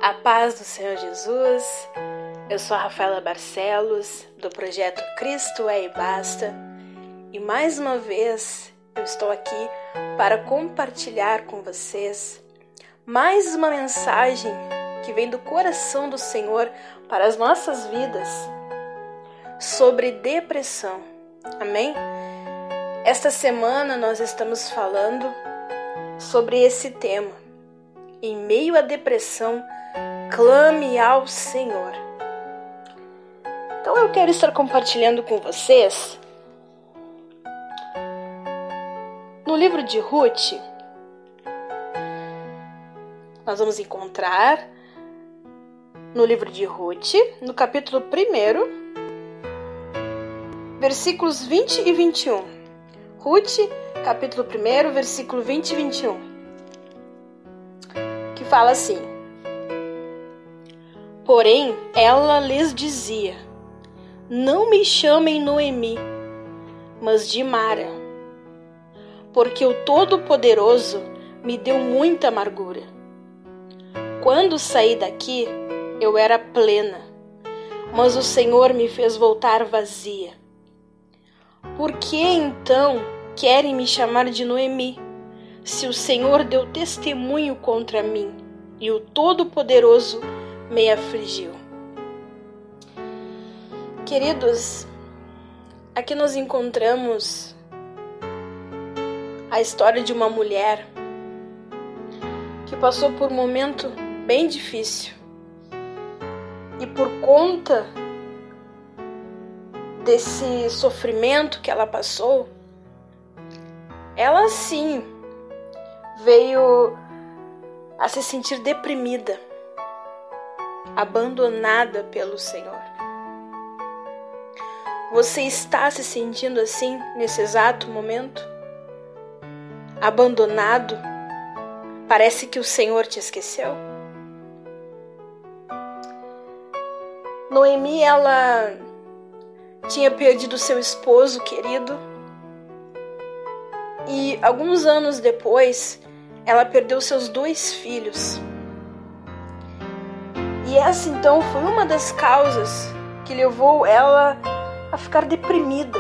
A paz do Senhor Jesus. Eu sou a Rafaela Barcelos, do projeto Cristo é e Basta, e mais uma vez eu estou aqui para compartilhar com vocês mais uma mensagem que vem do coração do Senhor para as nossas vidas sobre depressão. Amém? Esta semana nós estamos falando sobre esse tema. Em meio à depressão, clame ao Senhor. Então eu quero estar compartilhando com vocês no livro de Ruth. Nós vamos encontrar no livro de Ruth, no capítulo 1, versículos 20 e 21. Ruth, capítulo 1, versículo 20 e 21. Que fala assim: Porém, ela lhes dizia: Não me chamem Noemi, mas de Mara, porque o Todo-Poderoso me deu muita amargura. Quando saí daqui, eu era plena, mas o Senhor me fez voltar vazia. Por que então querem me chamar de Noemi, se o Senhor deu testemunho contra mim e o Todo-Poderoso me afligiu? Queridos, aqui nós encontramos a história de uma mulher que passou por um momento bem difícil. E por conta desse sofrimento que ela passou, ela sim veio a se sentir deprimida, abandonada pelo Senhor. Você está se sentindo assim nesse exato momento? Abandonado? Parece que o Senhor te esqueceu? Noemi, ela tinha perdido seu esposo querido e alguns anos depois ela perdeu seus 2 filhos. E essa então foi uma das causas que levou ela a ficar deprimida.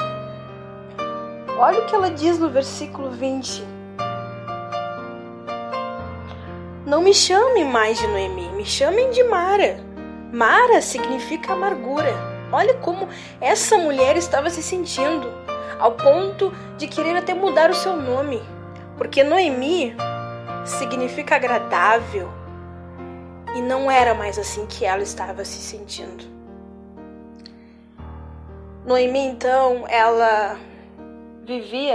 Olha o que ela diz no versículo 20. Não me chamem mais de Noemi, me chamem de Mara. Mara significa amargura. Olha como essa mulher estava se sentindo, ao ponto de querer até mudar o seu nome, porque Noemi significa agradável, e não era mais assim que ela estava se sentindo. Noemi, então, ela vivia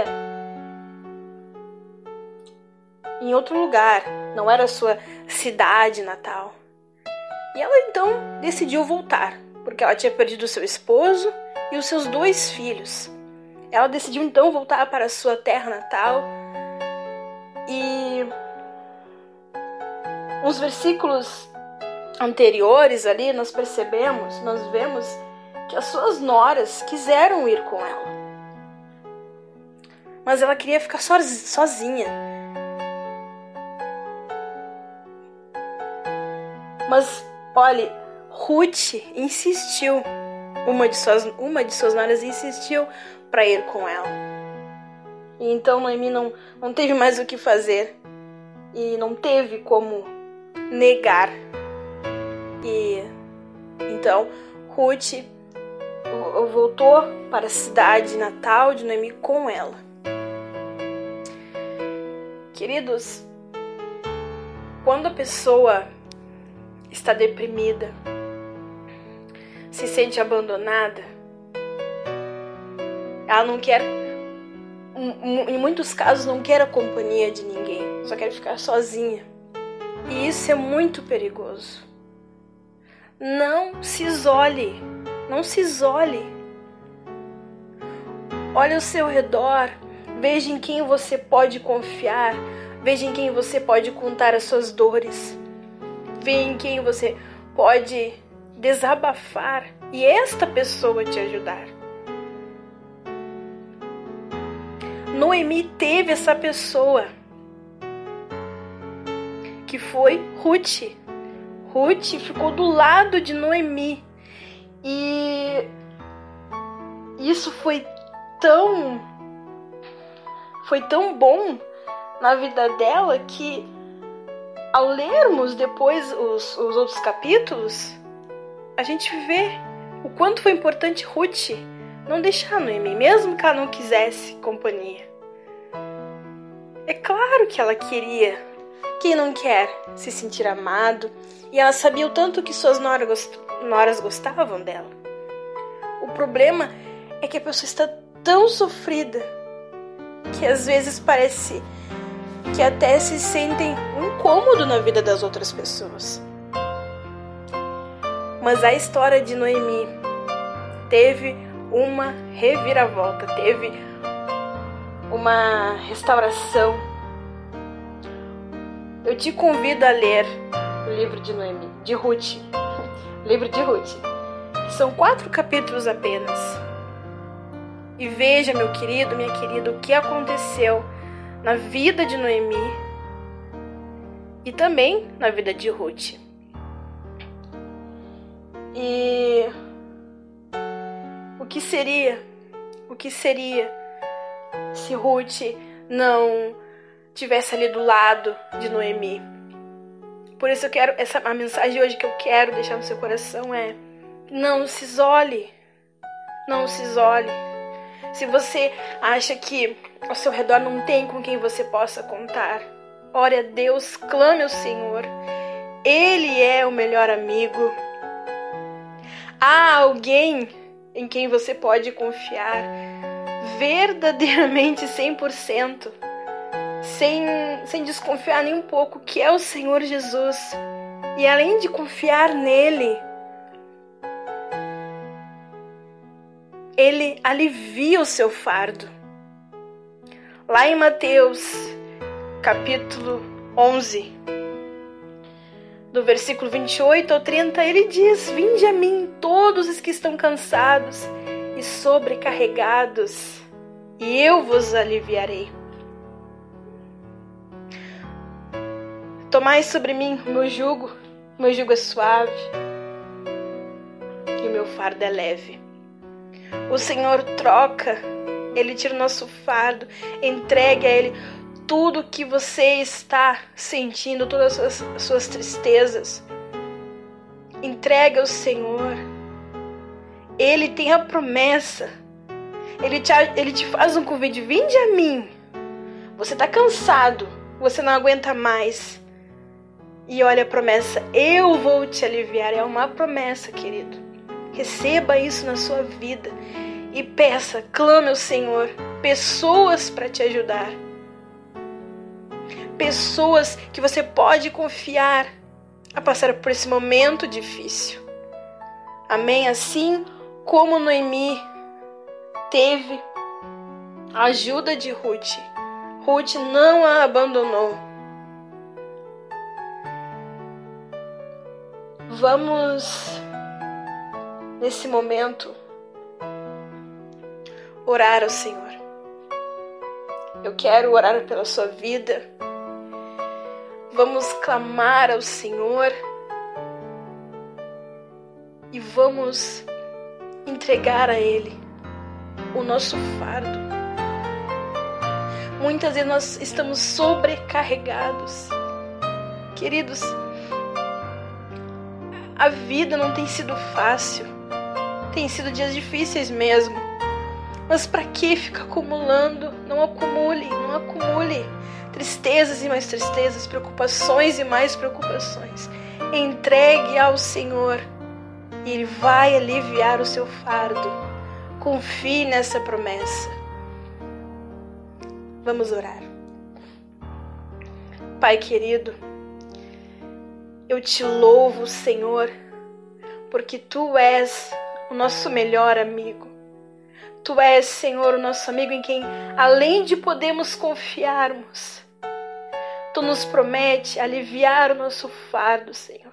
em outro lugar, não era a sua cidade natal. E ela então decidiu voltar, porque ela tinha perdido seu esposo e os seus 2 filhos. Ela decidiu então voltar para a sua terra natal. E nos versículos anteriores ali nós vemos que as suas noras quiseram ir com ela. Mas ela queria ficar sozinha. Mas, olhe, Ruth insistiu, uma de suas noras insistiu para ir com ela. E então Noemi não teve mais o que fazer e não teve como negar. E então Ruth voltou para a cidade natal de Noemi com ela. Queridos, quando a pessoa está deprimida, se sente abandonada, ela não quer, em muitos casos não quer a companhia de ninguém, só quer ficar sozinha. E isso é muito perigoso. Não se isole, não se isole. Olhe ao seu redor, veja em quem você pode confiar, veja em quem você pode contar as suas dores. Veja em quem você pode desabafar e esta pessoa te ajudar. Noemi teve essa pessoa, que foi Ruth. Ruth ficou do lado de Noemi. E isso foi tão bom na vida dela que, ao lermos depois os outros capítulos, a gente vê o quanto foi importante Ruth não deixar Noemi, mesmo que ela não quisesse companhia. É claro que ela queria. Quem não quer se sentir amado? E ela sabia o tanto que suas noras gostavam dela. O problema é que a pessoa está tão sofrida que às vezes parece que até se sentem um incômodo na vida das outras pessoas. Mas a história de Noemi teve uma reviravolta, teve uma restauração. Eu te convido a ler o livro de Noemi, de Ruth, livro de Ruth, que são 4 capítulos apenas. E veja, meu querido, minha querida, o que aconteceu na vida de Noemi e também na vida de Ruth. E o que seria se Ruth não tivesse ali do lado de Noemi? Por isso a mensagem hoje que eu quero deixar no seu coração é: não se isole. Não se isole. Se você acha que ao seu redor não tem com quem você possa contar, ore a Deus, clame ao Senhor. Ele é o melhor amigo. Há alguém em quem você pode confiar verdadeiramente 100%, sem desconfiar nem um pouco, que é o Senhor Jesus. E além de confiar nele, ele alivia o seu fardo. Lá em Mateus, capítulo 11, do versículo 28 ao 30, ele diz: vinde a mim todos os que estão cansados e sobrecarregados, e eu vos aliviarei. Tomai sobre mim o meu jugo é suave e o meu fardo é leve. O Senhor troca, Ele tira o nosso fardo, entregue a Ele tudo que você está sentindo, todas as suas tristezas. Entregue ao Senhor. Ele tem a promessa. Ele te faz um convite: vinde a mim. Você está cansado, você não aguenta mais. E olha a promessa: eu vou te aliviar. É uma promessa, querido. Receba isso na sua vida e peça, clame ao Senhor, pessoas para te ajudar. Pessoas que você pode confiar a passar por esse momento difícil. Amém? Assim como Noemi teve a ajuda de Ruth, Ruth não a abandonou. Vamos, nesse momento, orar ao Senhor. Eu quero orar pela sua vida. Vamos clamar ao Senhor e vamos entregar a Ele o nosso fardo. Muitas vezes nós estamos sobrecarregados. Queridos, a vida não tem sido fácil. Tem sido dias difíceis mesmo. Mas para que ficar acumulando? Não acumule. Tristezas e mais tristezas, preocupações e mais preocupações. Entregue ao Senhor e Ele vai aliviar o seu fardo. Confie nessa promessa. Vamos orar. Pai querido, eu te louvo, Senhor, porque Tu és o nosso melhor amigo. Tu és, Senhor, o nosso amigo em quem, além de podermos confiarmos, Tu nos promete aliviar o nosso fardo, Senhor.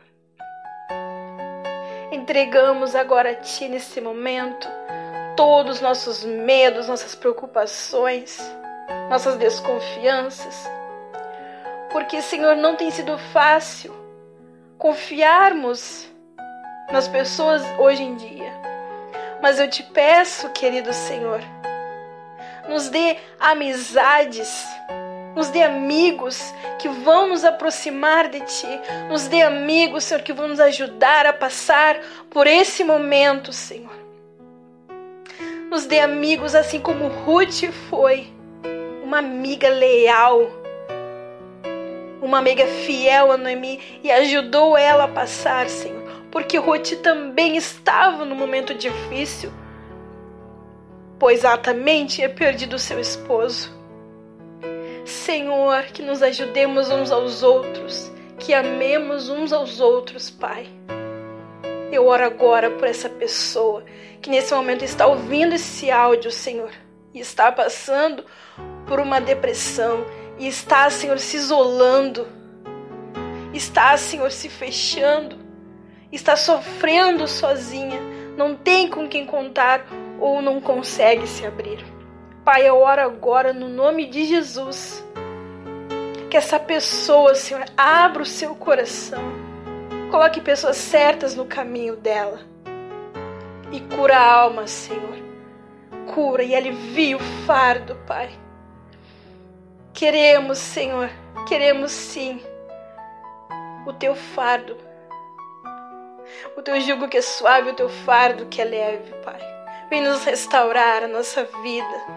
Entregamos agora a Ti nesse momento todos os nossos medos, nossas preocupações, nossas desconfianças, porque, Senhor, não tem sido fácil confiarmos nas pessoas hoje em dia. Mas eu te peço, querido Senhor, nos dê amizades, nos dê amigos que vão nos aproximar de Ti. Nos dê amigos, Senhor, que vão nos ajudar a passar por esse momento, Senhor. Nos dê amigos assim como Ruth foi, uma amiga leal, uma amiga fiel a Noemi e ajudou ela a passar, Senhor. Porque Ruth também estava num momento difícil, pois ela também tinha perdido seu esposo. Senhor, que nos ajudemos uns aos outros, que amemos uns aos outros, Pai. Eu oro agora por essa pessoa que nesse momento está ouvindo esse áudio, Senhor, e está passando por uma depressão, e está, Senhor, se isolando, está, Senhor, se fechando, está sofrendo sozinha, não tem com quem contar ou não consegue se abrir. Pai, eu oro agora no nome de Jesus, que essa pessoa, Senhor, abra o seu coração, coloque pessoas certas no caminho dela e cura a alma, Senhor. Cura e alivia o fardo, Pai. Queremos, Senhor, queremos sim o Teu fardo, o Teu jugo que é suave, o Teu fardo que é leve, Pai. Vem nos restaurar a nossa vida.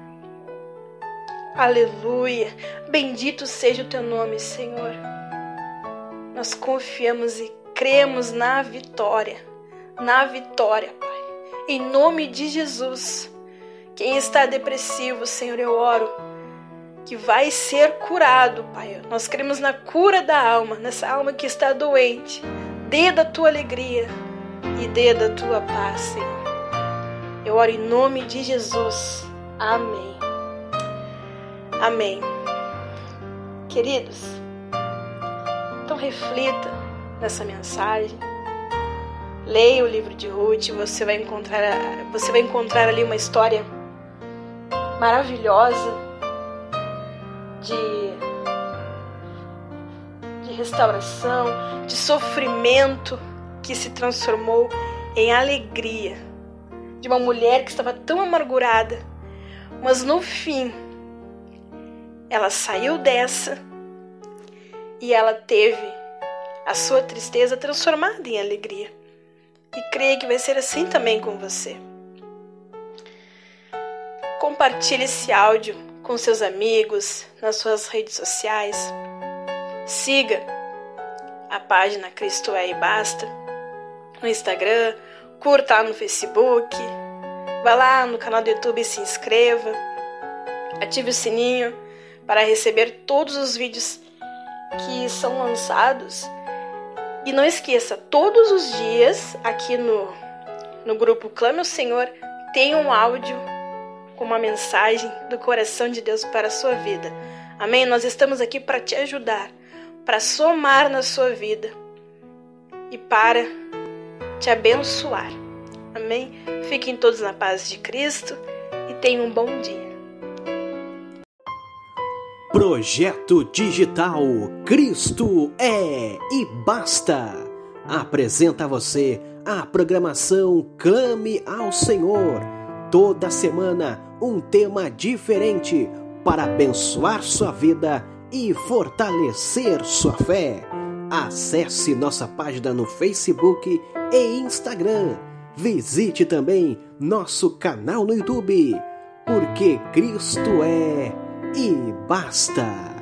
Aleluia. Bendito seja o Teu nome, Senhor. Nós confiamos e cremos na vitória, Pai. Em nome de Jesus. Quem está depressivo, Senhor, eu oro que vai ser curado, Pai. Nós cremos na cura da alma, nessa alma que está doente. Dê da Tua alegria e dê da Tua paz, Senhor. Eu oro em nome de Jesus. Amém. Amém. Queridos, então reflita nessa mensagem. Leia o livro de Ruth, você vai encontrar ali uma história maravilhosa de restauração, de sofrimento que se transformou em alegria, de uma mulher que estava tão amargurada, mas no fim ela saiu dessa e ela teve a sua tristeza transformada em alegria. E creio que vai ser assim também com você. Compartilhe esse áudio com seus amigos, nas suas redes sociais. Siga a página Cristo é e Basta no Instagram, curta lá no Facebook, vá lá no canal do YouTube e se inscreva. Ative o sininho para receber todos os vídeos que são lançados. E não esqueça, todos os dias aqui no grupo Clame ao Senhor tem um áudio com uma mensagem do coração de Deus para a sua vida. Amém? Nós estamos aqui para te ajudar, para somar na sua vida e para te abençoar. Amém? Fiquem todos na paz de Cristo e tenham um bom dia. Projeto Digital Cristo é e Basta. Apresenta a você a programação Clame ao Senhor. Toda semana um tema diferente para abençoar sua vida e fortalecer sua fé. Acesse nossa página no Facebook e Instagram. Visite também nosso canal no YouTube. Porque Cristo é e basta.